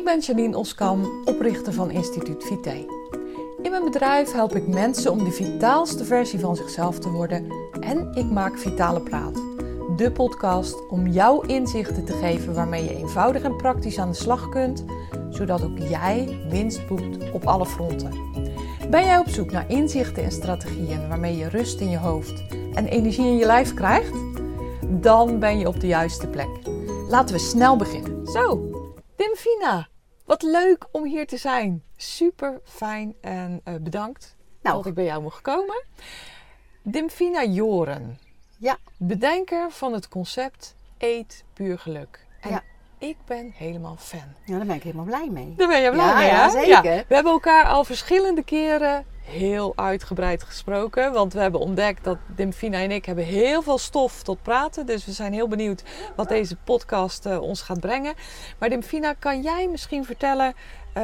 Ik ben Janine Oskam, oprichter van Instituut Vitae. In mijn bedrijf help ik mensen om de vitaalste versie van zichzelf te worden en ik maak Vitale Praat, de podcast om jou inzichten te geven waarmee je eenvoudig en praktisch aan de slag kunt, zodat ook jij winst boekt op alle fronten. Ben jij op zoek naar inzichten en strategieën waarmee je rust in je hoofd en energie in je lijf krijgt? Dan ben je op de juiste plek. Laten we snel beginnen. Zo, Dimfina, wat leuk om hier te zijn. Super fijn en bedankt dat ik bij jou mocht komen. Dimfina Joren, ja. Bedenker van het concept Eet Puur Geluk. En ja. Ik ben helemaal fan. Ja, daar ben ik helemaal blij mee. Daar ben je blij mee, hè? Ja, zeker. Ja. We hebben elkaar al verschillende keren heel uitgebreid gesproken. Want we hebben ontdekt dat Dimfina en ik hebben heel veel stof tot praten. Dus we zijn heel benieuwd wat deze podcast ons gaat brengen. Maar Dimfina, kan jij misschien vertellen...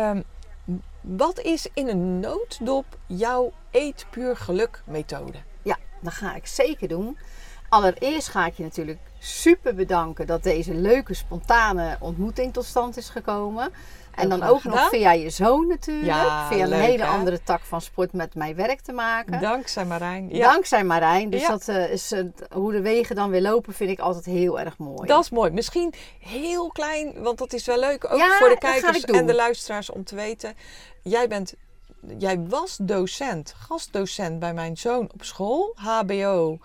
wat is in een notendop jouw Eet Puur Geluk methode? Ja, dat ga ik zeker doen. Allereerst ga ik je natuurlijk super bedanken dat deze leuke, spontane ontmoeting tot stand is gekomen. En dan ook nog via je zoon natuurlijk. Ja, via een leuk, hele hè? andere tak van sport met mijn werk te maken. Dankzij Marijn. Ja. Dankzij Marijn. Dus Ja. dat is hoe de wegen dan weer lopen vind ik altijd heel erg mooi. Dat is mooi. Misschien heel klein, want dat is wel leuk. Ook Ja, voor de dat ga kijkers ik doen. en de luisteraars om te weten. Jij was docent, gastdocent bij mijn zoon op school. HBO,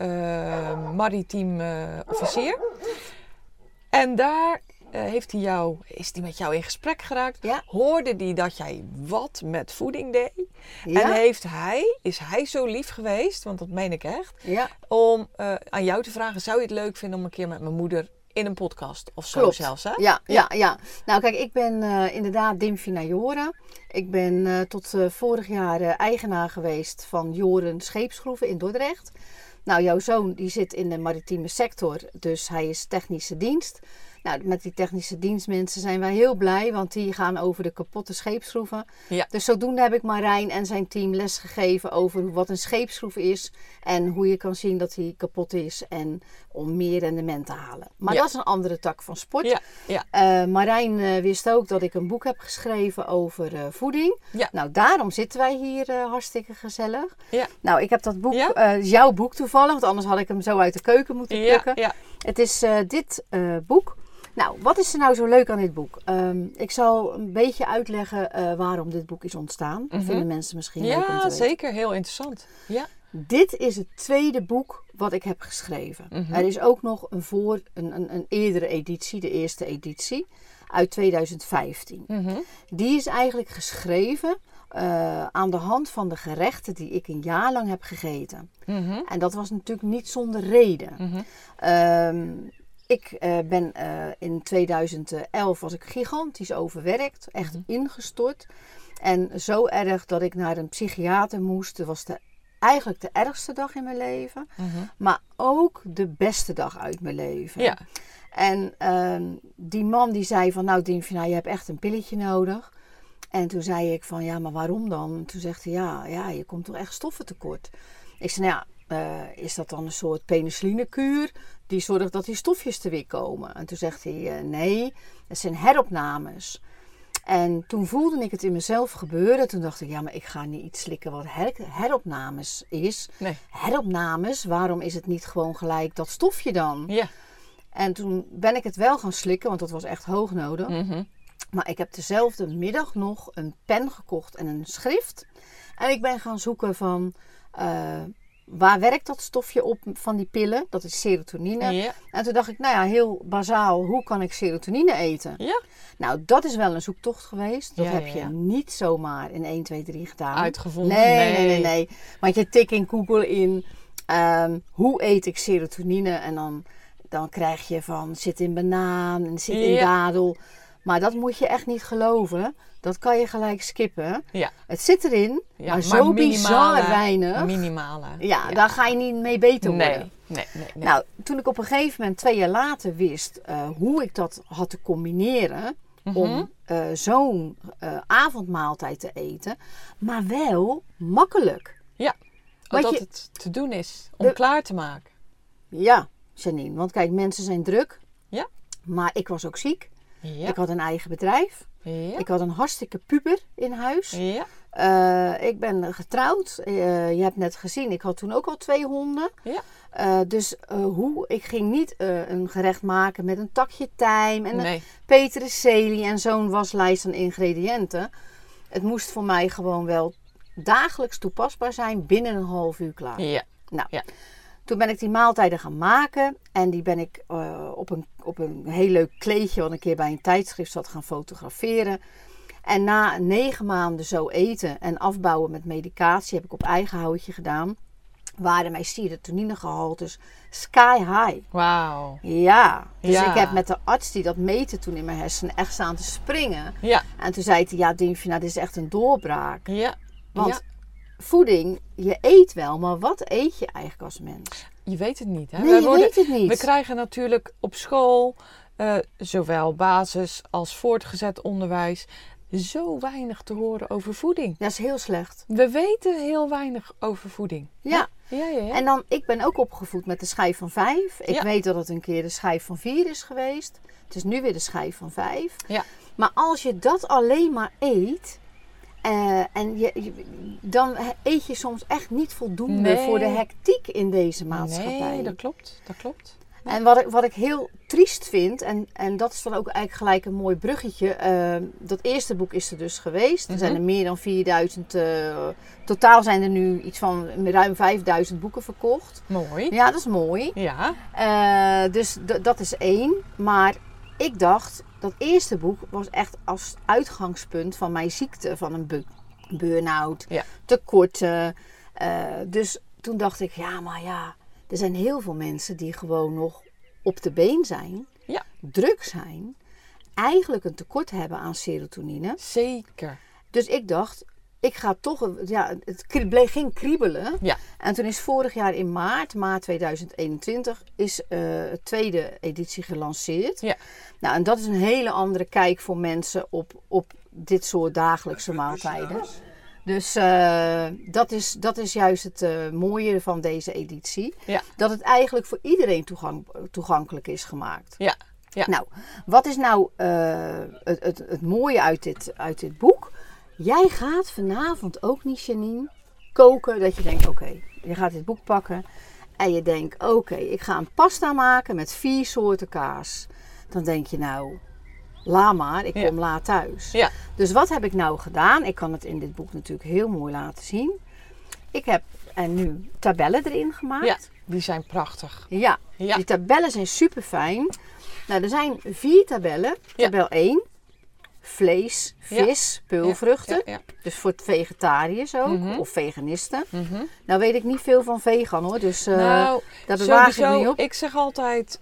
maritiem officier. En daar is hij met jou in gesprek geraakt. Ja. Hoorde hij dat jij wat met voeding deed. Ja. En is hij zo lief geweest, want dat meen ik echt, Ja. om aan jou te vragen, zou je het leuk vinden om een keer met mijn moeder in een podcast of zo Klopt. zelfs, hè? Ja. Nou kijk, ik ben inderdaad Dimfina Joren. Ik ben tot vorig jaar eigenaar geweest van Joren Scheepsgroeven in Dordrecht. Nou, jouw zoon die zit in de maritieme sector, dus hij is technische dienst. Nou, met die technische dienstmensen zijn wij heel blij, want die gaan over de kapotte scheepsschroeven. Ja. Dus zodoende heb ik Marijn en zijn team lesgegeven over wat een scheepsschroef is en hoe je kan zien dat die kapot is en om meer rendement te halen. Maar Ja. dat is een andere tak van sport. Ja, ja. Marijn wist ook dat ik een boek heb geschreven over voeding. Ja. Nou, daarom zitten wij hier hartstikke gezellig. Ja. Nou, ik heb dat boek, Ja? jouw boek toevallig, want anders had ik hem zo uit de keuken moeten plukken. Ja. Het is dit boek. Nou, wat is er nou zo leuk aan dit boek? Ik zal een beetje uitleggen waarom dit boek is ontstaan. Dat vinden mensen misschien leuk om te Ja, weten. zeker. Heel interessant. Ja. Dit is het tweede boek wat ik heb geschreven. Er is ook nog een eerdere editie, de eerste editie, uit 2015. Die is eigenlijk geschreven aan de hand van de gerechten die ik een jaar lang heb gegeten. En dat was natuurlijk niet zonder reden. Ik ben in 2011 was ik gigantisch overwerkt, echt ingestort. En zo erg dat ik naar een psychiater moest. Dat was eigenlijk de ergste dag in mijn leven. Maar ook de beste dag uit mijn leven. Ja. En die man die zei van, nou Dimfina, je hebt echt een pilletje nodig. En toen zei ik van, ja, maar waarom dan? En toen zegt hij, ja, je komt toch echt stoffentekort. Ik zei, nou ja, is dat dan een soort penicillinekuur die zorgt dat die stofjes er weer komen? En toen zegt hij, nee, het zijn heropnames. En toen voelde ik het in mezelf gebeuren. Toen dacht ik, ja, maar ik ga niet iets slikken wat heropnames is. Nee. Heropnames, waarom is het niet gewoon gelijk dat stofje dan? Ja. En toen ben ik het wel gaan slikken, want dat was echt hoog nodig. Maar ik heb dezelfde middag nog een pen gekocht en een schrift. En ik ben gaan zoeken van... waar werkt dat stofje op van die pillen? Dat is serotonine. Ja. En toen dacht ik, nou ja, heel bazaal, hoe kan ik serotonine eten? Ja. Nou, dat is wel een zoektocht geweest. Dat Ja, heb ja, je ja. niet zomaar in 1, 2, 3 gedaan. Uitgevonden? Nee. Want je tik in Google in, hoe eet ik serotonine? En dan krijg je van, zit in banaan en zit in dadel. Maar dat moet je echt niet geloven. Dat kan je gelijk skippen. Ja. Het zit erin, Ja, maar zo bizar minimale- weinig. Minimale. Ja, daar ga je niet mee beter worden. Nee. Nou, toen ik op een gegeven moment 2 jaar later wist hoe ik dat had te combineren om zo'n avondmaaltijd te eten, maar wel makkelijk. Ja, Want dat je- het te doen is om klaar te maken. Ja, Janine, want kijk, mensen zijn druk, Ja. maar ik was ook ziek. Ja. Ik had een eigen bedrijf. Ja. Ik had een hartstikke puber in huis. Ja. Ik ben getrouwd. Je hebt net gezien, ik had toen ook al 2 honden. Ja. Ik ging niet een gerecht maken met een takje tijm en Nee. een peterselie en zo'n waslijst aan ingrediënten. Het moest voor mij gewoon wel dagelijks toepasbaar zijn, binnen een half uur klaar. Ja. Nou, Ja. toen ben ik die maaltijden gaan maken en die ben ik op een heel leuk kleedje, wat een keer bij een tijdschrift zat, gaan fotograferen. En na 9 maanden zo eten en afbouwen met medicatie, heb ik op eigen houtje gedaan, waren mijn serotoninegehaltes sky high. Wauw. Ja, dus Ja. ik heb met de arts die dat meette toen in mijn hersenen echt staan te springen. Ja. En toen zei hij, ja Dimpje, nou dit is echt een doorbraak. Ja. Want Ja. voeding, je eet wel, maar wat eet je eigenlijk als mens? Je weet het niet, hè? Nee, je weet het niet. We krijgen natuurlijk op school, zowel basis als voortgezet onderwijs, zo weinig te horen over voeding. Dat is heel slecht. We weten heel weinig over voeding. Ja. Ja, ja, ja. En dan, ik ben ook opgevoed met de schijf van 5. Ik Ja. weet dat het een keer de schijf van 4 is geweest. Het is nu weer de schijf van 5. Ja. Maar als je dat alleen maar eet, dan eet je soms echt niet voldoende Nee. voor de hectiek in deze maatschappij. Nee, dat klopt. Dat klopt. En wat ik heel triest vind, en dat is dan ook eigenlijk gelijk een mooi bruggetje. Dat eerste boek is er dus geweest. Er zijn er meer dan 4000, totaal zijn er nu iets van ruim 5000 boeken verkocht. Mooi. Ja, dat is mooi. Ja. Dus dat is 1. Maar ik dacht, dat eerste boek was echt als uitgangspunt van mijn ziekte. Van een burn-out, Ja. tekorten. Dus toen dacht ik, er zijn heel veel mensen die gewoon nog op de been zijn. Ja. Druk zijn. Eigenlijk een tekort hebben aan serotonine. Zeker. Dus ik dacht, ik ga toch, het ging kriebelen. Ja. En toen is vorig jaar in maart 2021, is het tweede editie gelanceerd. Ja. Nou, en dat is een hele andere kijk voor mensen op dit soort dagelijkse maaltijden. Dus dat is juist het mooie van deze editie. Ja. Dat het eigenlijk voor iedereen toegankelijk is gemaakt. Ja. Ja. Nou, wat is nou het mooie uit dit boek? Jij gaat vanavond ook niet, Janine, koken dat je denkt, oké, je gaat dit boek pakken en je denkt, oké, ik ga een pasta maken met 4 soorten kaas. Dan denk je nou, laat maar, ik kom laat thuis. Ja. Dus wat heb ik nou gedaan? Ik kan het in dit boek natuurlijk heel mooi laten zien. Ik heb nu tabellen erin gemaakt. Ja, die zijn prachtig. Ja, Ja. die tabellen zijn super fijn. Nou, er zijn 4 tabellen. Ja. Tabel 1, vlees, vis, peulvruchten. Ja, ja. Dus voor het vegetariërs ook, Mhm. of veganisten. Mhm. Nou weet ik niet veel van vegan hoor, dus Nou, daar bewaag ik sowieso, niet op. ik zeg altijd,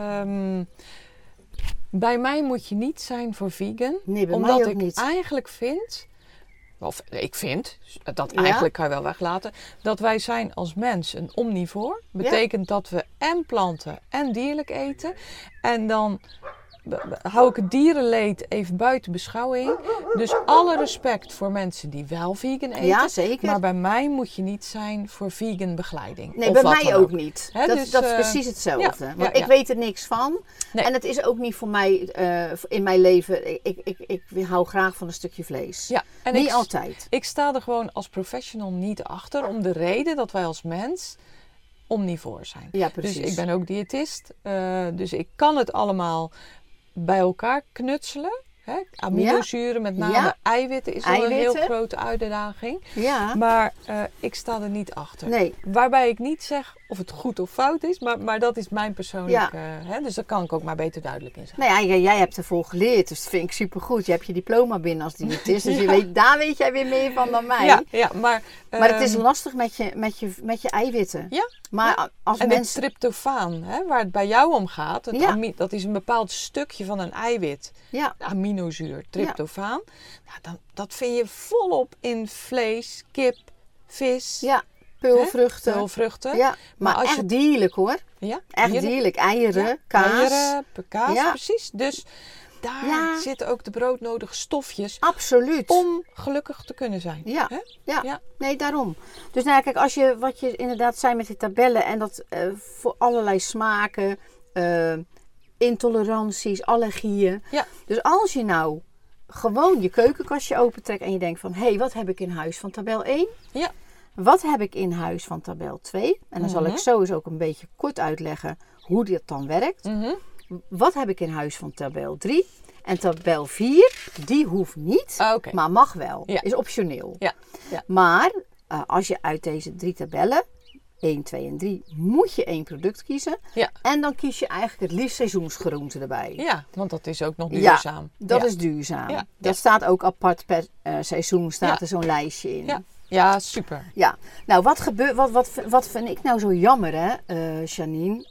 bij mij moet je niet zijn voor vegan. Nee, bij omdat mij ook ik niet. eigenlijk vind, of ik vind, dat Ja? eigenlijk kan je wel weglaten, dat wij zijn als mens een omnivoor. Betekent dat we en planten en dierlijk eten. En dan hou ik het dierenleed even buiten beschouwing. Dus alle respect voor mensen die wel vegan eten. Ja, zeker. Maar bij mij moet je niet zijn voor vegan begeleiding. Nee, Of bij wat mij dan ook niet. Hè, Dat dus, is precies hetzelfde. ja, Want ja. ik weet er niks van. Nee. En het is ook niet voor mij in mijn leven. Ik hou graag van een stukje vlees. Ja, en Niet altijd. Ik sta er gewoon als professional niet achter. Om de reden dat wij als mens omnivoor zijn. Ja, precies. Dus ik ben ook diëtist. Dus ik kan het allemaal bij elkaar knutselen. Hè? Aminozuren, met name Ja. eiwitten, is al een heel Eiwitten. grote uitdaging. Ja. Maar ik sta er niet achter. Nee. Waarbij ik niet zeg of het goed of fout is, maar dat is mijn persoonlijke... Hè? Dus daar kan ik ook maar beter duidelijk in zijn. Nou ja, jij hebt ervoor geleerd, dus dat vind ik supergoed. Je hebt je diploma binnen als diëtist, dus daar weet jij weer meer van dan mij. Ja, maar Maar het is lastig met je eiwitten. Ja. Maar als en mensen... het tryptofaan, hè, waar het bij jou om gaat, Ja. dat is een bepaald stukje van een eiwit. Ja, De aminozuur, tryptofaan. Nou, dat vind je volop in vlees, kip, vis, ja, peulvruchten. peulvruchten. Ja, maar als echt je- dierlijk hoor. Ja, Echt dierlijk. dierlijk. Eieren, Ja, kaas. eieren, kaas, Ja. precies. Dus daar Ja. zitten ook de broodnodige stofjes Absoluut. om gelukkig te kunnen zijn. Ja. Hè? Ja. Ja. Nee, daarom. Dus nou ja, kijk, wat je inderdaad zei met die tabellen en dat voor allerlei smaken. intoleranties, allergieën. Ja. Dus als je nou gewoon je keukenkastje opentrekt en je denkt van... hé, wat heb ik in huis van tabel 1? Ja. Wat heb ik in huis van tabel 2? En dan zal ik sowieso ook een beetje kort uitleggen hoe dit dan werkt. Wat heb ik in huis van tabel 3? En tabel 4, die hoeft niet, maar mag wel. Ja. Is optioneel. Ja. Ja. Maar als je uit deze 3 tabellen, 1, 2 en 3, moet je 1 product kiezen. Ja. En dan kies je eigenlijk het liefst seizoensgroente erbij. Ja, want dat is ook nog duurzaam. Ja, dat is duurzaam. Ja. Dat staat ook apart per seizoen, staat er zo'n lijstje in. Ja. Ja, super. Ja, nou wat vind ik nou zo jammer, hè, Janine?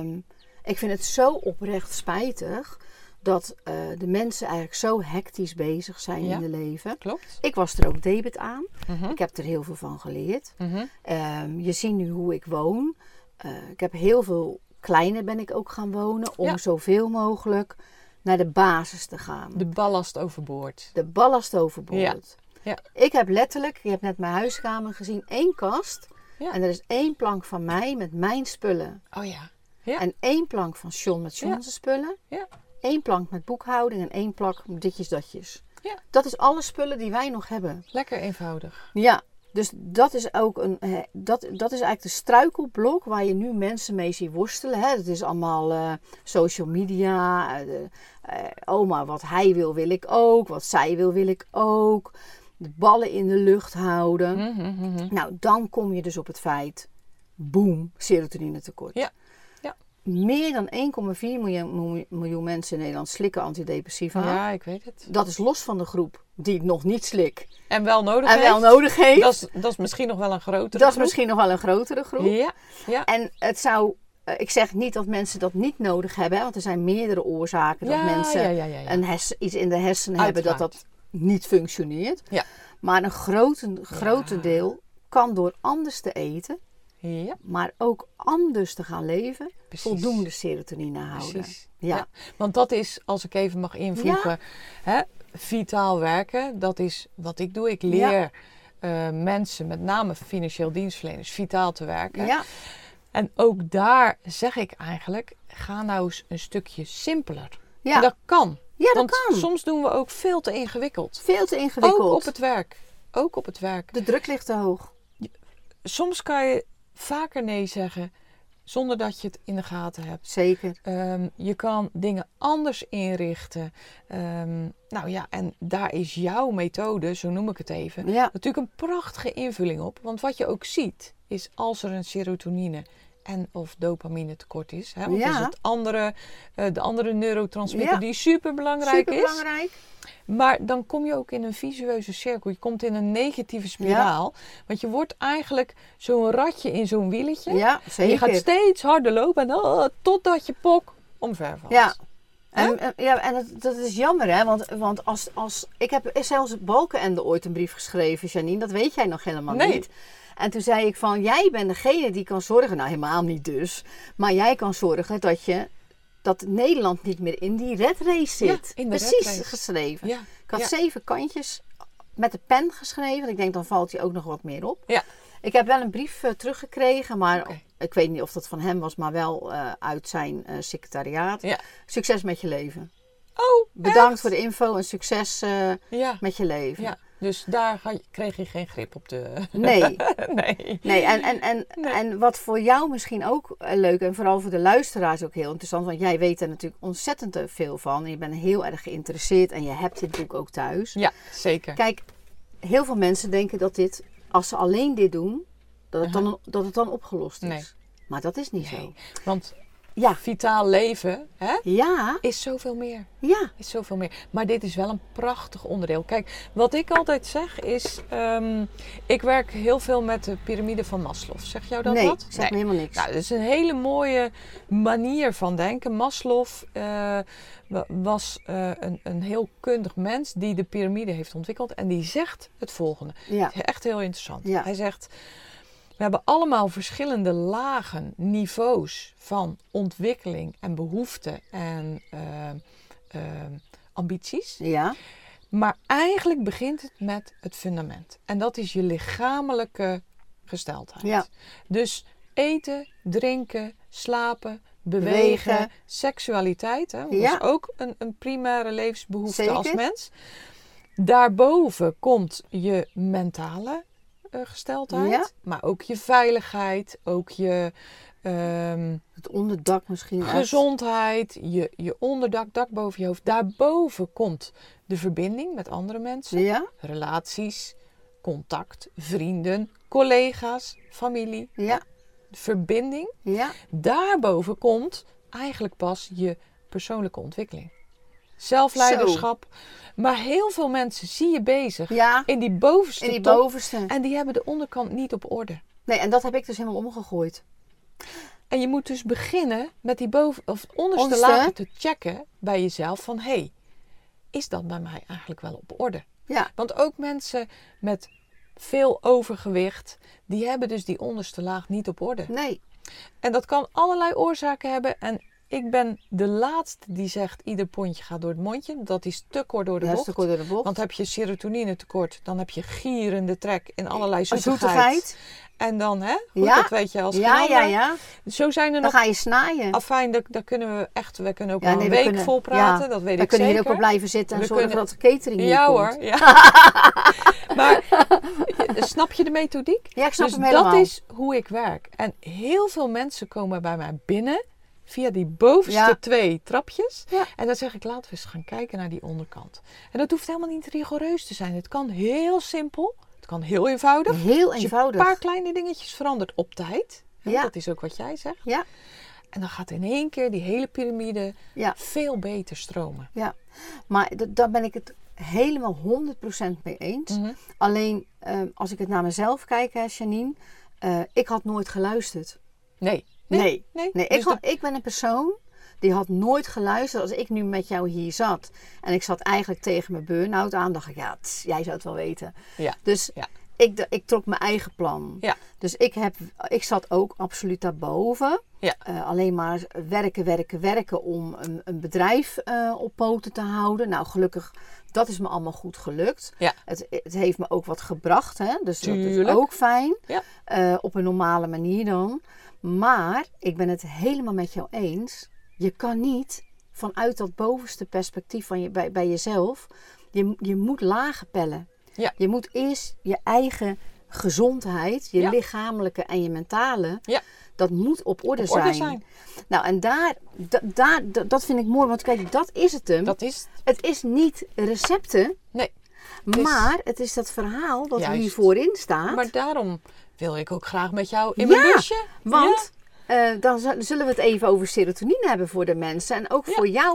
Ik vind het zo oprecht spijtig dat de mensen eigenlijk zo hectisch bezig zijn in hun leven. Klopt. Ik was er ook debet aan. Ik heb er heel veel van geleerd. Je ziet nu hoe ik woon. Ik heb heel veel kleiner ben ik ook gaan wonen om zoveel mogelijk naar de basis te gaan. De ballast overboord. De ballast overboord. Ja. Ja. Ik heb letterlijk, je hebt net mijn huiskamer gezien, 1 kast. Ja. En er is 1 plank van mij met mijn spullen. Oh ja. Ja. En 1 plank van John met John's spullen. Ja. 1 plank met boekhouding en 1 plank met ditjes datjes. Ja. Dat is alle spullen die wij nog hebben. Lekker eenvoudig. Ja, dus dat is ook dat is eigenlijk de struikelblok waar je nu mensen mee ziet worstelen. Hè. Het is allemaal social media. Maar wat hij wil ik ook. Wat zij wil ik ook. De ballen in de lucht houden. Nou, dan kom je dus op het feit, boem, serotonine tekort. Ja. Ja. Meer dan 1,4 miljoen mensen in Nederland slikken antidepressiva. Ja, ik weet het. Dat is los van de groep die het nog niet slikt. En wel nodig heeft. Dat is misschien nog wel een grotere groep. Dat is misschien nog wel een grotere groep. Ja. Ja. En het zou... Ik zeg niet dat mensen dat niet nodig hebben. Want er zijn meerdere oorzaken dat mensen iets in de hersenen hebben dat niet functioneert. Ja. Maar een grote deel kan door anders te eten, maar ook anders te gaan leven, voldoende serotonine houden. Precies. Ja. Ja. Want dat is, als ik even mag invoegen, vitaal werken. Dat is wat ik doe. Ik leer mensen, met name financieel dienstverleners, vitaal te werken. Ja. En ook daar zeg ik eigenlijk, ga nou eens een stukje simpeler. Ja. En dat kan. Ja, want dat kan. Soms doen we ook veel te ingewikkeld. Veel te ingewikkeld. Ook op het werk. De druk ligt te hoog. Soms kan je vaker nee zeggen zonder dat je het in de gaten hebt. Zeker. Je kan dingen anders inrichten. En daar is jouw methode, zo noem ik het even, natuurlijk een prachtige invulling op. Want wat je ook ziet, is als er een serotonine en of dopamine tekort is. Hè, want dat is de andere neurotransmitter die super belangrijk is. Maar dan kom je ook in een visueuze cirkel. Je komt in een negatieve spiraal. Ja. Want je wordt eigenlijk zo'n ratje in zo'n wieletje. Ja, zeker. En je gaat steeds harder lopen totdat je pok omver valt. Ja. En dat is jammer, hè? Want als ik heb zelfs Balkenende ooit een brief geschreven, Janine. Dat weet jij nog helemaal niet. En toen zei ik van, jij bent degene die kan zorgen, nou helemaal niet dus, maar jij kan zorgen dat Nederland niet meer in die red race zit. Ja, in de precies red race. Geschreven. Ja. Ik had 7 kantjes met de pen geschreven. Want ik denk, dan valt hij ook nog wat meer op. Ja. Ik heb wel een brief teruggekregen, maar ik weet niet of dat van hem was, maar wel uit zijn secretariaat. Ja. Succes met je leven. Oh, bedankt echt? voor de info en succes met je leven. Ja. Dus daar kreeg je geen grip op de... Nee. Nee. En wat voor jou misschien ook leuk en vooral voor de luisteraars ook heel interessant. Want jij weet er natuurlijk ontzettend veel van. En je bent heel erg geïnteresseerd en je hebt dit boek ook thuis. Ja, zeker. Kijk, heel veel mensen denken dat dit, als ze alleen dit doen, dat het dan opgelost is. Nee. Maar dat is niet zo. Want... Ja, vitaal leven is zoveel meer. Ja. Is zoveel meer. Maar dit is wel een prachtig onderdeel. Kijk, wat ik altijd zeg is... ik werk heel veel met de piramide van Maslow. Zeg jou dat wat? Nee, zeg me helemaal niks. Nou, dat is een hele mooie manier van denken. Maslow was een heel kundig mens die de piramide heeft ontwikkeld. En die zegt het volgende. Ja. Echt heel interessant. Ja. Hij zegt... We hebben allemaal verschillende lagen, niveaus van ontwikkeling en behoeften en ambities. Ja. Maar eigenlijk begint het met het fundament. En dat is je lichamelijke gesteldheid. Ja. Dus eten, drinken, slapen, bewegen, seksualiteit. Hè, dat is ook een primaire levensbehoefte. Zeker. Als mens. Daarboven komt je mentale gesteldheid. Maar ook je veiligheid. Ook je... het onderdak misschien. Gezondheid. Je onderdak, dak boven je hoofd. Daarboven komt de verbinding met andere mensen. Ja. Relaties, contact, vrienden, collega's, familie. Ja. Verbinding. Ja. Daarboven komt eigenlijk pas je persoonlijke ontwikkeling. Zelfleiderschap. Zo. Maar heel veel mensen zie je bezig in die bovenste top. En die hebben de onderkant niet op orde. Nee, en dat heb ik dus helemaal omgegooid. En je moet dus beginnen met die onderste lagen te checken bij jezelf van... Hé, is dat bij mij eigenlijk wel op orde? Ja. Want ook mensen met veel overgewicht, die hebben dus die onderste laag niet op orde. Nee. En dat kan allerlei oorzaken hebben. En ik ben de laatste die zegt, ieder pondje gaat door het mondje. Dat is te kort door de bocht. Te kort door de bocht. Want heb je serotonine tekort, dan heb je gierende trek in allerlei zoetigheid. En dan, dat weet je als ja. Zo zijn er dan ga je snaaien. Afijn, daar kunnen we echt, we kunnen ook wel een week vol praten, dat weet ik zeker. We kunnen hier ook wel blijven zitten en zorgen dat de catering hier komt. Hoor, ja. Maar snap je de methodiek? Ja, ik snap dus hem helemaal. Dat is hoe ik werk. En heel veel mensen komen bij mij binnen via die bovenste 2 trapjes. Ja. En dan zeg ik, laten we eens gaan kijken naar die onderkant. En dat hoeft helemaal niet rigoureus te zijn. Het kan heel simpel. Het kan heel eenvoudig. Heel eenvoudig. Als je een paar kleine dingetjes verandert op tijd. Ja. Dat is ook wat jij zegt. Ja. En dan gaat in één keer die hele piramide veel beter stromen. Ja, maar daar ben ik het helemaal 100% mee eens. Mm-hmm. Alleen als ik het naar mezelf kijk, Janine, ik had nooit geluisterd. Nee. Dus ik ben een persoon die had nooit geluisterd. Als ik nu met jou hier zat en ik zat eigenlijk tegen mijn burn-out aan, dacht ik, jij zou het wel weten. Ja. Dus ik trok mijn eigen plan. Ja. Dus ik zat ook absoluut daarboven. Ja. Alleen maar werken om een bedrijf op poten te houden. Nou, gelukkig, dat is me allemaal goed gelukt. Ja. Het heeft me ook wat gebracht. Hè? Dus Tuurlijk. dat is ook fijn. Ja. Op een normale manier dan. Maar ik ben het helemaal met jou eens. Je kan niet vanuit dat bovenste perspectief van bij jezelf. Je moet lagen pellen. Ja. Je moet eerst je eigen gezondheid, je lichamelijke en je mentale, dat moet op orde zijn. Nou, en dat vind ik mooi, want kijk, dat is het hem. Het is niet recepten, maar het is dat verhaal dat hier voorin staat. Maar daarom wil ik ook graag met jou in mijn busje. Want dan zullen we het even over serotonine hebben voor de mensen. En ook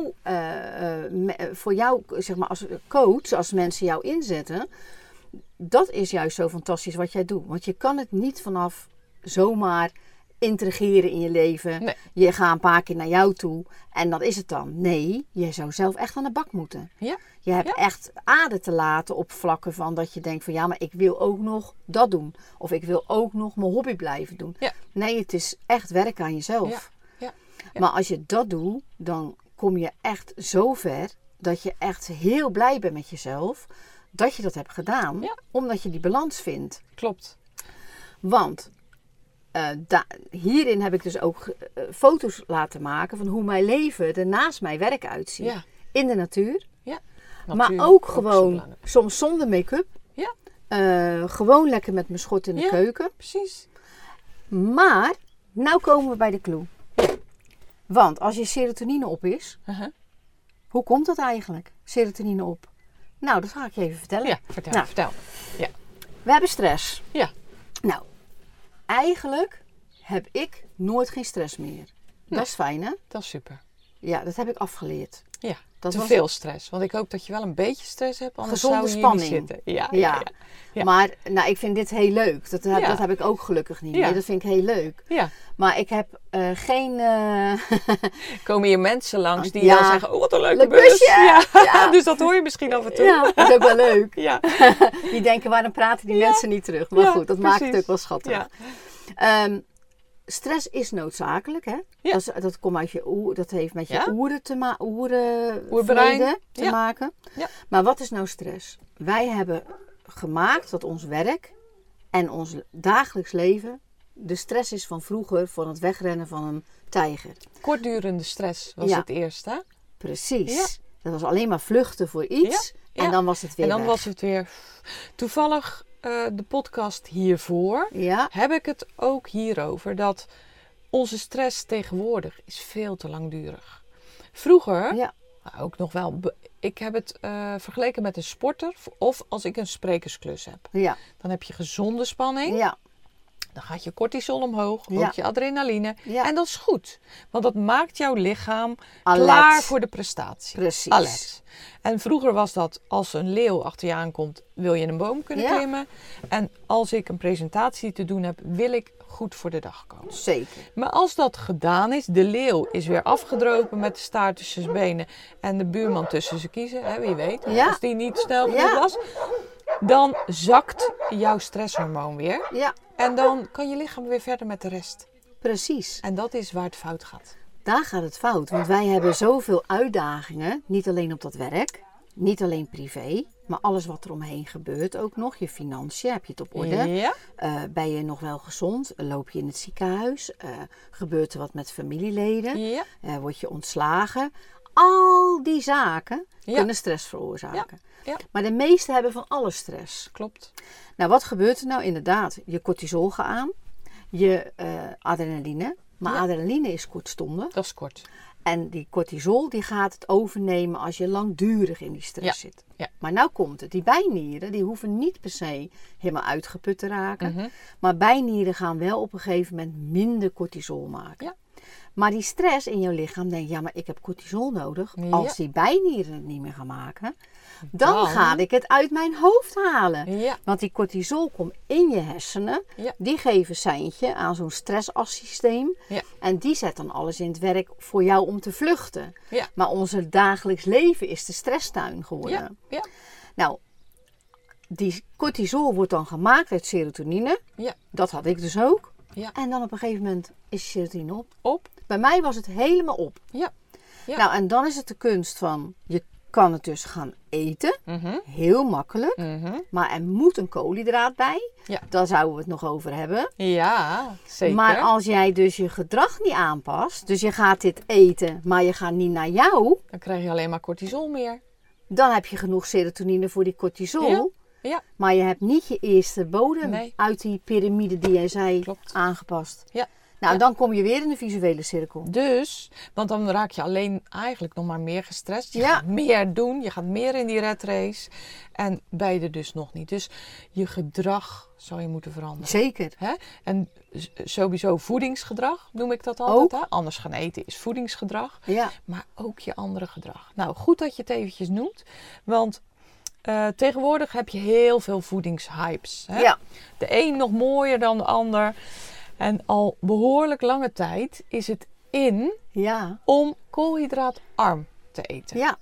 voor jou, zeg maar, als coach, als mensen jou inzetten. Dat is juist zo fantastisch wat jij doet. Want je kan het niet vanaf zomaar integreren in je leven. Nee. Je gaat een paar keer naar jou toe en dat is het dan. Nee, je zou zelf echt aan de bak moeten. Ja. Je hebt echt ader te laten op vlakken van dat je denkt van maar ik wil ook nog dat doen. Of ik wil ook nog mijn hobby blijven doen. Ja. Nee, het is echt werken aan jezelf. Ja. Maar als je dat doet, dan kom je echt zo ver dat je echt heel blij bent met jezelf. Dat je dat hebt gedaan, omdat je die balans vindt. Klopt. Want hierin heb ik dus ook foto's laten maken van hoe mijn leven er naast mijn werk uitziet. Ja. In de natuur. Ja. Maar ook gewoon soms zonder make-up. Ja. Gewoon lekker met mijn schort in de keuken. Precies. Maar, nou komen we bij de clue. Want als je serotonine op is, hoe komt dat eigenlijk? Serotonine op. Nou, dat ga ik je even vertellen. Ja, vertel. Ja. We hebben stress. Ja. Nou, eigenlijk heb ik nooit geen stress meer. Nee. Dat is fijn, hè? Dat is super. Ja, dat heb ik afgeleerd. Ja, te veel stress. Want ik hoop dat je wel een beetje stress hebt, anders gezonde zou je spanning. hier niet zitten. Ja. Maar ik vind dit heel leuk. Dat heb ik ook gelukkig niet meer. Dat vind ik heel leuk. Ja. Maar ik heb geen... Komen hier mensen langs die dan zeggen, wat een leuke bus. busje. Ja. Dus dat hoor je misschien af en toe. Ja, dat is ook wel leuk. Ja. Die denken, waarom praten die mensen niet terug? Maar goed, dat maakt het ook wel schattig. Ja. Stress is noodzakelijk, hè? Ja. Dat komt uit je dat heeft met je oerbrein te maken. Ja. Maar wat is nou stress? Wij hebben gemaakt dat ons werk en ons dagelijks leven de stress is van vroeger, van het wegrennen van een tijger. Kortdurende stress was het eerst, hè? Precies. Ja. Dat was alleen maar vluchten voor iets en dan was het weer En dan weg. was het weer... Toevallig de podcast hiervoor heb ik het ook hierover. Dat onze stress tegenwoordig is veel te langdurig. Vroeger, ook nog wel... Ik heb het vergeleken met een sporter of als ik een sprekersklus heb. Ja. Dan heb je gezonde spanning. Ja. Dan gaat je cortisol omhoog, ook je adrenaline. Ja. En dat is goed. Want dat maakt jouw lichaam klaar voor de prestatie. Precies. Alert. En vroeger was dat, als een leeuw achter je aankomt, wil je een boom kunnen klimmen. En als ik een presentatie te doen heb, wil ik goed voor de dag komen. Zeker. Maar als dat gedaan is, de leeuw is weer afgedropen met de staart tussen zijn benen en de buurman tussen zijn kiezen, hè, wie weet, als die niet snel genoeg was, dan zakt jouw stresshormoon weer. Ja. En dan kan je lichaam weer verder met de rest. Precies. En dat is waar het fout gaat. Daar gaat het fout. Want wij hebben zoveel uitdagingen. Niet alleen op dat werk. Niet alleen privé. Maar alles wat er omheen gebeurt ook nog. Je financiën, heb je het op orde? Ja. Ben je nog wel gezond? Loop je in het ziekenhuis? Gebeurt er wat met familieleden? Ja. Word je ontslagen? Al die zaken kunnen stress veroorzaken. Ja. Ja. Maar de meesten hebben van alles stress. Klopt. Nou, wat gebeurt er nou? Inderdaad, je cortisol gaat aan. Je adrenaline. Maar adrenaline is kortstondig. Dat is kort. En die cortisol die gaat het overnemen als je langdurig in die stress zit. Ja. Maar nou komt het. Die bijnieren die hoeven niet per se helemaal uitgeput te raken. Mm-hmm. Maar bijnieren gaan wel op een gegeven moment minder cortisol maken. Ja. Maar die stress in jouw lichaam denkt, ja, maar ik heb cortisol nodig. Ja. Als die bijnieren het niet meer gaan maken, dan ga ik het uit mijn hoofd halen. Ja. Want die cortisol komt in je hersenen. Ja. Die geven seintje aan zo'n stressafsysteem. Ja. En die zet dan alles in het werk voor jou om te vluchten. Ja. Maar ons dagelijks leven is de stresstuin geworden. Ja. Ja. Nou, die cortisol wordt dan gemaakt uit serotonine. Ja. Dat had ik dus ook. Ja. En dan op een gegeven moment is serotonine op. Bij mij was het helemaal op. Ja. Ja. Nou, en dan is het de kunst van, je kan het dus gaan eten. Mm-hmm. Heel makkelijk. Mm-hmm. Maar er moet een koolhydraat bij. Ja. Daar zouden we het nog over hebben. Ja, zeker. Maar als jij dus je gedrag niet aanpast, dus je gaat dit eten, maar je gaat niet naar jou, dan krijg je alleen maar cortisol meer. Dan heb je genoeg serotonine voor die cortisol. Ja. Ja. Maar je hebt niet je eerste bodem uit die piramide die jij zei aangepast. Ja. Nou, dan kom je weer in de visuele cirkel. Dus, want dan raak je alleen eigenlijk nog maar meer gestrest. Je gaat meer doen, je gaat meer in die red race. En beide dus nog niet. Dus je gedrag zou je moeten veranderen. Zeker. Hè? En sowieso voedingsgedrag noem ik dat altijd. Hè? Anders gaan eten is voedingsgedrag. Ja. Maar ook je andere gedrag. Nou, goed dat je het eventjes noemt. Want tegenwoordig heb je heel veel voedingshypes. Hè? Ja. De een nog mooier dan de ander. En al behoorlijk lange tijd is het om koolhydraatarm te eten. Ja.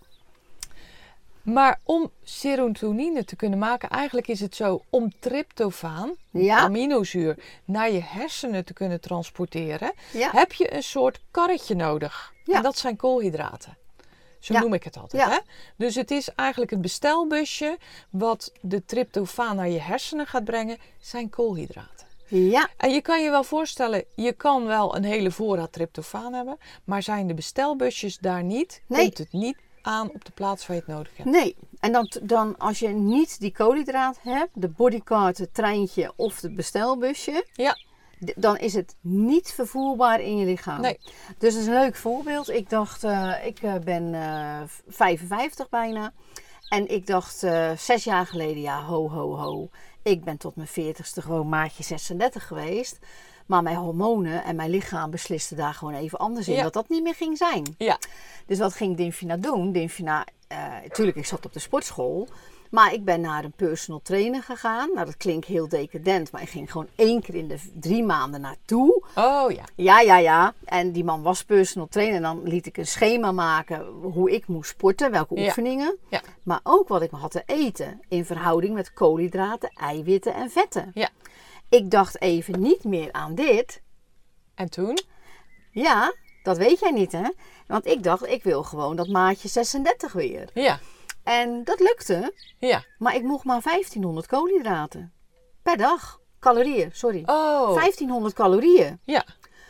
Maar om serotonine te kunnen maken, eigenlijk is het zo, om tryptofaan, aminozuur, naar je hersenen te kunnen transporteren, heb je een soort karretje nodig. Ja. En dat zijn koolhydraten. Zo noem ik het altijd. Ja. Hè? Dus het is eigenlijk het bestelbusje wat de tryptofaan naar je hersenen gaat brengen, zijn koolhydraten. Ja. En je kan je wel voorstellen, je kan wel een hele voorraad tryptofaan hebben, maar zijn de bestelbusjes daar niet, komt het niet aan op de plaats waar je het nodig hebt. Nee, en dan als je niet die koolhydraat hebt, de bodycard, het treintje of het bestelbusje, dan is het niet vervoerbaar in je lichaam. Nee. Dus dat is een leuk voorbeeld. Ik dacht, ik ben 55 bijna. En ik dacht 6 jaar geleden, ho. Ik ben tot mijn 40ste gewoon maatje 36 geweest. Maar mijn hormonen en mijn lichaam beslisten daar gewoon even anders in. Dat niet meer ging zijn. Ja. Dus wat ging Dynfina doen? Dynfina, tuurlijk, ik zat op de sportschool. Maar ik ben naar een personal trainer gegaan. Nou, dat klinkt heel decadent. Maar ik ging gewoon 1 keer in de 3 maanden naartoe. Oh ja. Ja. En die man was personal trainer. En dan liet ik een schema maken hoe ik moest sporten. Welke oefeningen. Ja. Maar ook wat ik had te eten. In verhouding met koolhydraten, eiwitten en vetten. Ja. Ik dacht even niet meer aan dit. En toen? Ja, dat weet jij niet, hè? Want ik dacht, ik wil gewoon dat maatje 36 weer. Ja. En dat lukte. Ja. Maar ik mocht maar 1500 koolhydraten per dag. calorieën, sorry. Oh. 1500 calorieën. Ja.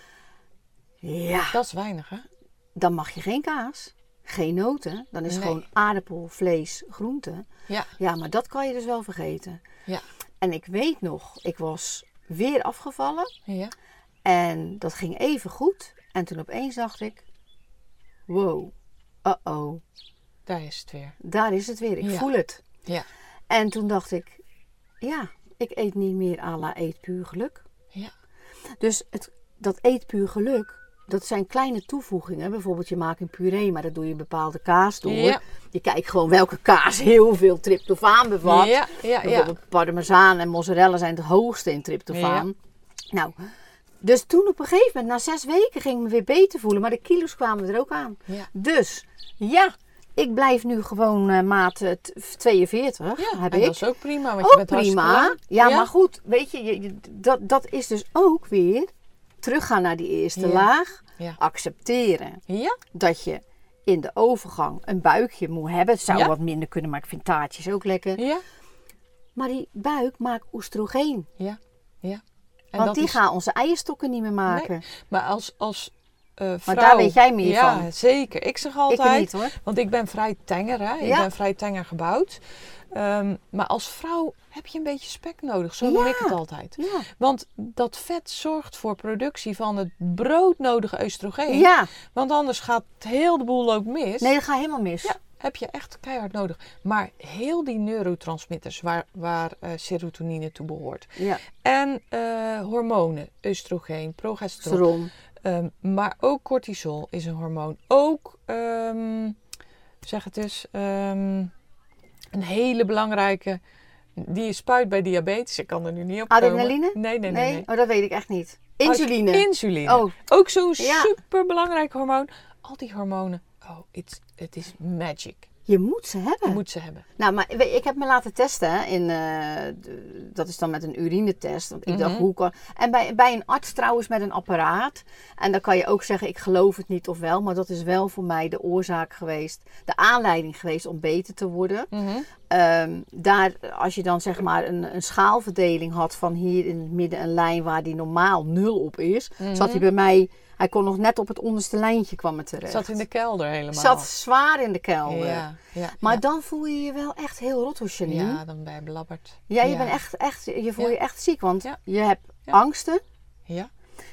Ja. Dat is weinig, hè? Dan mag je geen kaas, geen noten. Dan is gewoon aardappel, vlees, groente. Ja. Ja, maar dat kan je dus wel vergeten. Ja. En ik weet nog, ik was weer afgevallen. Ja. En dat ging even goed. En toen opeens dacht ik, wow, uh-oh. Daar is het weer. Daar is het weer, ik voel het. Ja. En toen dacht ik, ja, ik eet niet meer à la eet puur geluk. Ja. Dus dat eet puur geluk, dat zijn kleine toevoegingen. Bijvoorbeeld je maakt een puree, maar dat doe je een bepaalde kaas door. Ja. Je kijkt gewoon welke kaas heel veel tryptofaan bevat. Ja. Bijvoorbeeld parmezaan en mozzarella zijn het hoogste in tryptofaan. Ja. Nou, dus toen op een gegeven moment, na 6 weken, ging ik me weer beter voelen. Maar de kilo's kwamen er ook aan. Ja. Dus, ja, ik blijf nu gewoon maat 42. Ja, heb en ik. dat is ook prima, want Ook je bent prima. hartstikke Ja, lang. maar goed, weet je, dat is dus ook weer teruggaan naar die eerste laag. Ja. Accepteren Ja? dat je in de overgang een buikje moet hebben. Het zou Ja. wat minder kunnen, maar ik vind taartjes ook lekker. Ja? Maar die buik maakt oestrogeen. Ja. Ja. En Want dat die is- gaan onze eierstokken niet meer maken. Nee, maar als vrouw... Maar daar weet jij meer ja, van. Ja, zeker. Ik zeg Ik altijd... niet hoor. Want ik ben vrij tenger, hè. Ik ben vrij tenger gebouwd. Maar als vrouw heb je een beetje spek nodig. Zo noem ik het altijd. Ja. Want dat vet zorgt voor productie van het broodnodige oestrogeen. Ja. Want anders gaat heel de boel ook mis. Nee, dat gaat helemaal mis. Ja, heb je echt keihard nodig. Maar heel die neurotransmitters waar serotonine toe behoort. Ja. En hormonen, oestrogeen, progesteron. Maar ook cortisol is een hormoon. Ook, zeg het eens, een hele belangrijke, die je spuit bij diabetes. Ik kan er nu niet op komen. Adrenaline? Nee. Oh, dat weet ik echt niet. Insuline. Insuline. Oh. Ook zo'n Ja. superbelangrijk hormoon. Al die hormonen, het is magic. Je moet ze hebben. Je moet ze hebben. Nou, maar ik heb me laten testen. Dat is dan met een urinetest. Want ik dacht, hoe kan... En bij een arts trouwens met een apparaat. En dan kan je ook zeggen, ik geloof het niet of wel. Maar dat is wel voor mij de oorzaak geweest. De aanleiding geweest om beter te worden. Als je dan zeg maar een schaalverdeling had van hier in het midden een lijn waar die normaal 0 op is. Zat hij bij mij... Hij kon nog net op het onderste lijntje kwam het terecht. Zat in de kelder helemaal. Zat zwaar in de kelder. Ja, maar dan voel je je wel echt heel rot, hoor, Janine. Ja, dan ben je belabberd. Ja, je bent echt, je voelt je echt ziek. Want Ja. je hebt angsten. Ja.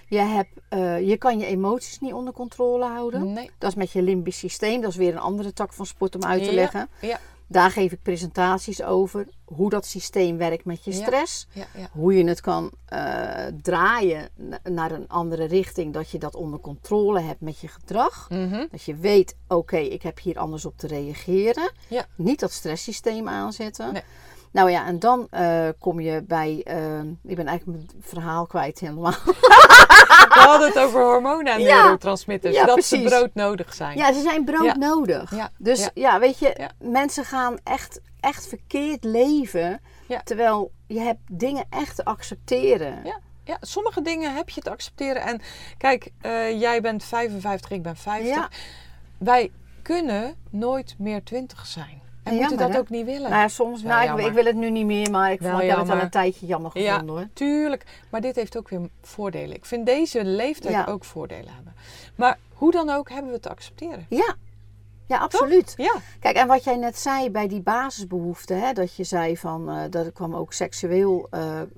Je kan je emoties niet onder controle houden. Nee. Dat is met je limbisch systeem. Dat is weer een andere tak van sport om uit te leggen. Ja. Daar geef ik presentaties over. Hoe dat systeem werkt met je stress. Ja. Hoe je het kan draaien naar een andere richting. Dat je dat onder controle hebt met je gedrag. Dat je weet, oké, ik heb hier anders op te reageren. Ja. Niet dat stresssysteem aanzetten. Nee. Nou ja, en dan kom je bij... ik ben eigenlijk mijn verhaal kwijt helemaal. We hadden het over hormonen en neurotransmitters. Ja, dat precies. ze broodnodig zijn. Ja, ze zijn broodnodig. Ja. Dus weet je, mensen gaan echt verkeerd leven. Ja. Terwijl je hebt dingen echt te accepteren. Ja, sommige dingen heb je te accepteren. En kijk, jij bent 55, ik ben 50. Ja. Wij kunnen nooit meer 20 zijn. En moeten jammer, dat hè? ook niet willen. Nou ja, soms, ik wil het nu niet meer, maar ik heb het al jammer. een tijdje jammer gevonden, hoor. Tuurlijk. Maar dit heeft ook weer voordelen. Ik vind deze leeftijd ook voordelen hebben. Maar hoe dan ook hebben we het te accepteren. Ja, absoluut. Ja. Kijk, en wat jij net zei bij die basisbehoeften, hè, dat je zei van, dat er kwam ook seksueel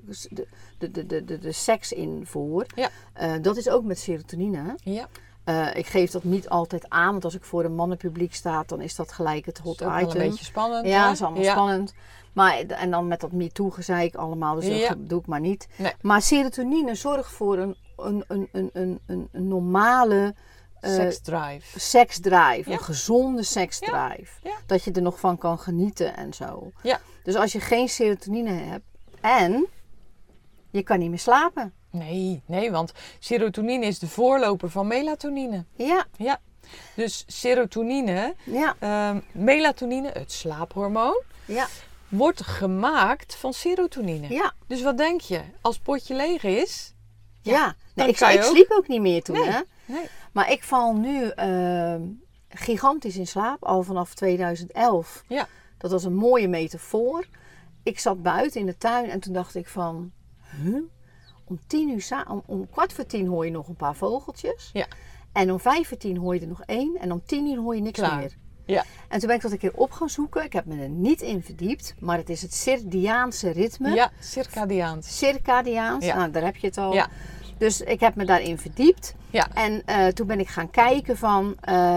de seks in voor. Ja. Dat is ook met serotonine. Ja. Ik geef dat niet altijd aan, want als ik voor een mannenpubliek sta, dan is dat gelijk het hot Dat is ook item. wel een beetje spannend. Ja, hè? dat is allemaal spannend. Maar, en dan met dat MeToo-gezeik allemaal, dus dat doe ik maar niet. Nee. Maar serotonine zorgt voor een normale seksdrive. Een gezonde seksdrive. Ja. Dat je er nog van kan genieten en zo. Ja. Dus als je geen serotonine hebt en je kan niet meer slapen. Nee, want serotonine is de voorloper van melatonine. Ja. Dus serotonine, Ja. melatonine, het slaaphormoon, Ja. wordt gemaakt van serotonine. Ja. Dus wat denk je? Als het potje leeg is... Ja. Nee, ik kan je ook- sliep ook niet meer toen, Nee. hè. Nee. Maar ik val nu gigantisch in slaap, al vanaf 2011. Ja. Dat was een mooie metafoor. Ik zat buiten in de tuin en toen dacht ik van... Om 9:15 hoor je nog een paar vogeltjes. Ja. En om 9:45 hoor je er nog 1. En om 10:00 hoor je niks Klaar. meer. Ja. En toen ben ik dat een keer op gaan zoeken. Ik heb me er niet in verdiept. Maar het is het circadiaanse ritme. Ja, circadiaans. Circadiaans. Ja. Nou, daar heb je het al. Ja. Dus ik heb me daarin verdiept. Ja. En toen ben ik gaan kijken van...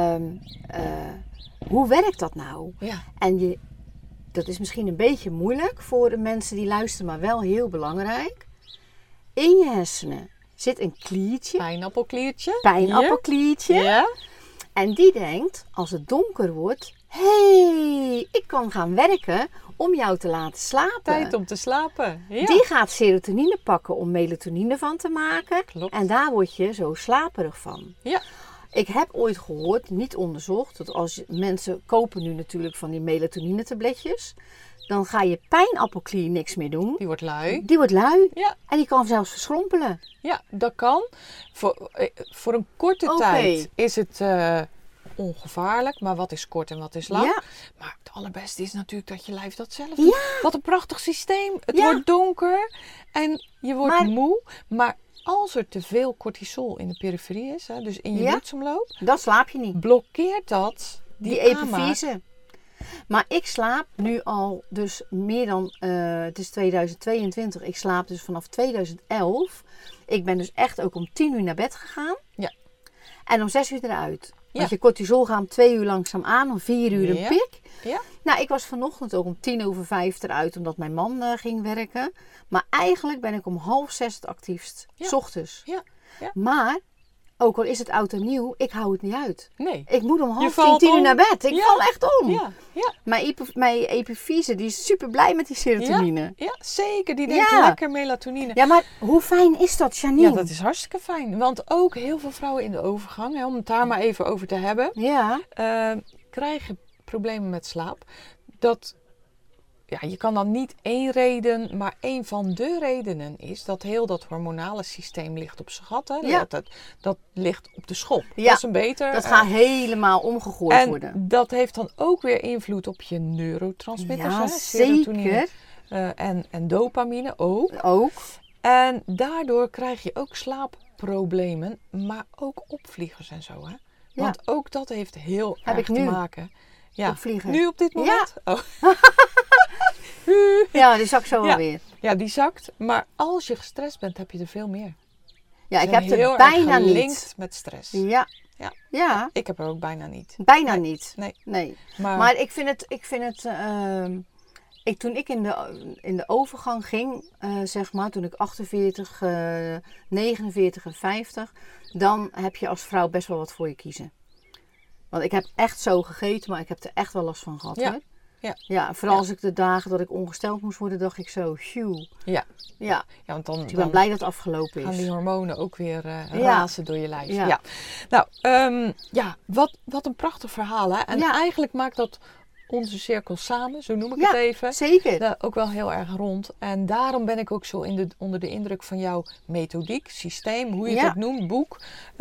hoe werkt dat nou? Ja. En dat is misschien een beetje moeilijk voor de mensen die luisteren, maar wel heel belangrijk. In je hersenen zit een kliertje. Pijnappelkliertje. Ja. En die denkt, als het donker wordt... Hé, ik kan gaan werken om jou te laten slapen. Tijd om te slapen. Ja. Die gaat serotonine pakken om melatonine van te maken. Klopt. En daar word je zo slaperig van. Ja. Ik heb ooit gehoord, niet onderzocht, dat als mensen kopen nu natuurlijk van die melatonine tabletjes, dan ga je pijnappelklier niks meer doen. Die wordt lui. Die wordt lui Ja. en die kan zelfs verschrompelen. Ja, dat kan. Voor een korte tijd is het ongevaarlijk. Maar wat is kort en wat is lang? Ja. Maar het allerbeste is natuurlijk dat je lijf dat zelf Ja. doet. Wat een prachtig systeem. Het Ja. wordt donker en je wordt moe. Maar als er te veel cortisol in de periferie is, dus in je Ja. bloedsomloop, Dan slaap je niet. blokkeert dat Die aanmaak. epifyse. Maar ik slaap nu al dus meer dan, het is 2022, ik slaap dus vanaf 2011. Ik ben dus echt ook om 10:00 naar bed gegaan. Ja. En om 6:00 eruit. Ja. Want je cortisol gaat om 2 uur langzaam aan, om 4 uur een Ja. pik. Ja. Nou, ik was vanochtend ook om 5:10 eruit, omdat mijn man ging werken. Maar eigenlijk ben ik om 5:30 het actiefst, Ja. 's ochtends. Ja. Ja. Maar, ook al is het oud en nieuw, ik hou het niet uit. Nee. Ik moet om Je 9:30, valt 10 uur om. naar bed. Ik Ja. val echt om. Ja. Ja. Mijn epifyse, die is super blij met die serotonine. Ja, zeker. Die denkt Ja. lekker melatonine. Ja, maar hoe fijn is dat, Janine? Ja, dat is hartstikke fijn. Want ook heel veel vrouwen in de overgang, om het daar maar even over te hebben, Ja, krijgen problemen met slaap. Je kan dan niet één reden, maar één van de redenen is dat heel dat hormonale systeem ligt op zijn gat. Hè? Ja. Dat ligt op de schop. Ja, Dat is een beter. dat gaat helemaal omgegooid en worden. dat heeft dan ook weer invloed op je neurotransmitters. Ja, hè? Serotonine, zeker. en dopamine ook. Ook. En daardoor krijg je ook slaapproblemen, maar ook opvliegers en zo. Hè? Ja. Want ook dat heeft heel Heb erg ik te nu. maken. Ja. Opvliegen. Nu op dit moment? Oh. Ja, die zak zo Ja. alweer. Ja, die zakt. Maar als je gestrest bent, heb je er veel meer. Ja, ik Ze heb zijn heel er erg bijna gelinkt niet. met stress. Ja. Ja. Ja, Ik heb er ook bijna niet. bijna niet. Nee. Nee. Maar, Maar ik vind het toen ik in de overgang ging, zeg maar, toen ik 48, 49 en 50, dan heb je als vrouw best wel wat voor je kiezen. Want ik heb echt zo gegeten, maar ik heb er echt wel last van gehad. Ja. Hoor. Ja. Ja, vooral als ik de dagen dat ik ongesteld moest worden, dacht ik zo, phew. ja. Ja, Ja, want dan, dus ik ben blij dat het afgelopen gaan is. die hormonen ook weer razen door je lijf. Ja. Ja. Nou, wat een prachtig verhaal. Hè? En Ja. eigenlijk maakt dat onze cirkel samen, zo noem ik Ja, het even, zeker. ook wel heel erg rond. En daarom ben ik ook zo onder de indruk van jouw methodiek, systeem, hoe je het Ja. ook noemt, boek.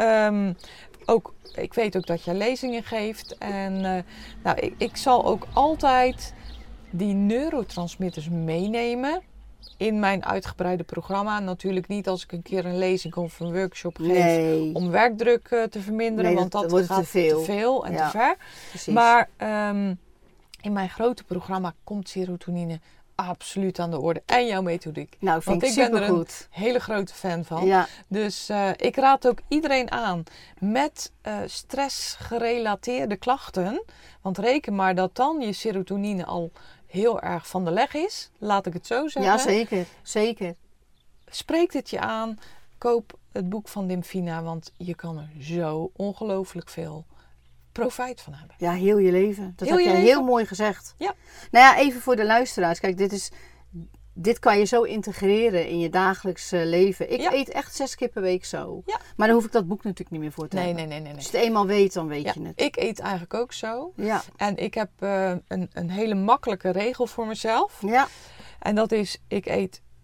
Ik weet ook dat je lezingen geeft. En ik zal ook altijd die neurotransmitters meenemen in mijn uitgebreide programma. Natuurlijk niet als ik een keer een lezing of een workshop geef Nee, om werkdruk te verminderen. Nee, want dat dat wordt gaat te veel. en Ja. te ver. precies. Maar in mijn grote programma komt serotonine absoluut aan de orde. En jouw methodiek. Nou, vind Want ik ik ben er een supergoed. hele grote fan van. Ja, Dus ik raad ook iedereen aan met stressgerelateerde klachten. Want reken maar dat dan je serotonine al heel erg van de leg is. Laat ik het zo zeggen. ja, zeker. Zeker. Spreekt het je aan. Koop het boek van Dimfina. Want je kan er zo ongelooflijk veel profijt van hebben. Ja, heel je leven. Dat Heel heb je jij leven. heel mooi gezegd. Ja. Nou ja, even voor de luisteraars. Kijk, dit kan je zo integreren in je dagelijks leven. Ik Ja. eet echt 6 keer per week zo. Ja. Maar dan hoef ik dat boek natuurlijk niet meer voor te Nee. hebben. Als je het eenmaal weet, dan weet Ja, je het. ik eet eigenlijk ook zo. Ja. En ik heb een hele makkelijke regel voor mezelf. Ja. En dat is, ik eet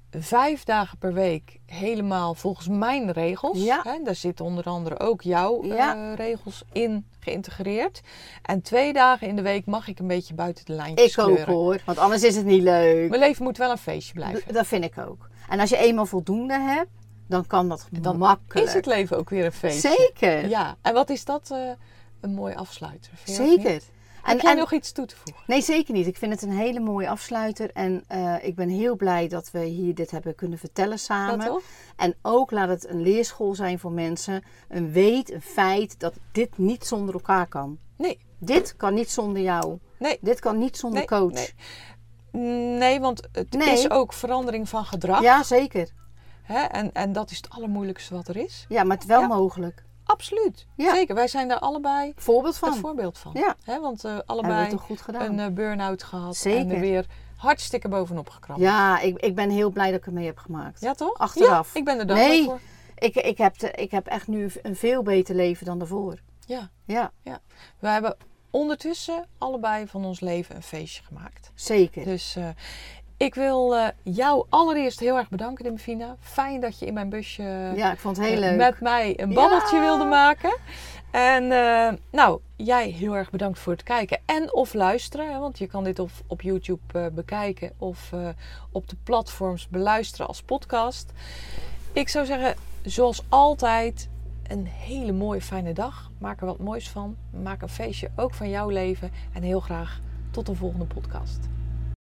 5 dagen per week helemaal volgens mijn regels. Ja. Daar zitten onder andere ook jouw Ja. regels in geïntegreerd. En 2 dagen in de week mag ik een beetje buiten de lijntjes Ik ook kleuren. hoor, want anders is het niet leuk. Mijn leven moet wel een feestje blijven. Dat vind ik ook. En als je eenmaal voldoende hebt, dan kan dat Dan makkelijk. is het leven ook weer een feestje. Zeker. Ja, en wat is dat een mooi afsluiter. Vind je dat niet? Zeker. Heb jij nog iets toe te voegen? Nee, zeker niet. Ik vind het een hele mooie afsluiter. En ik ben heel blij dat we hier dit hebben kunnen vertellen samen. Ja, toch? En ook laat het een leerschool zijn voor mensen. Een feit dat dit niet zonder elkaar kan. Nee. Dit kan niet zonder jou. Nee. Dit kan niet zonder coach. Nee, want het is ook verandering van gedrag. Ja, zeker. Hè? En dat is het allermoeilijkste wat er is. Ja, maar het is wel mogelijk. Absoluut. Ja. Zeker. Wij zijn daar allebei Voorbeeld van. het voorbeeld van. Ja. Hè? Want Hebben we allebei het toch goed gedaan. een burn-out gehad. Zeker. En er weer hartstikke bovenop gekrabbeld. Ja, ik ben heel blij dat ik het mee heb gemaakt. Ja, toch? Achteraf. Ja, ik ben er dankbaar voor. Ik heb echt nu een veel beter leven dan daarvoor. Ja. Ja, We hebben ondertussen allebei van ons leven een feestje gemaakt. zeker. Dus ik wil jou allereerst heel erg bedanken, Demfina. Fijn dat je in mijn busje Ja, ik vond het heel leuk. met mij een babbeltje wilde maken. En jij heel erg bedankt voor het kijken en of luisteren. Hè, want je kan dit op YouTube bekijken of op de platforms beluisteren als podcast. Ik zou zeggen, zoals altijd, een hele mooie fijne dag. Maak er wat moois van. Maak een feestje ook van jouw leven. En heel graag tot de volgende podcast.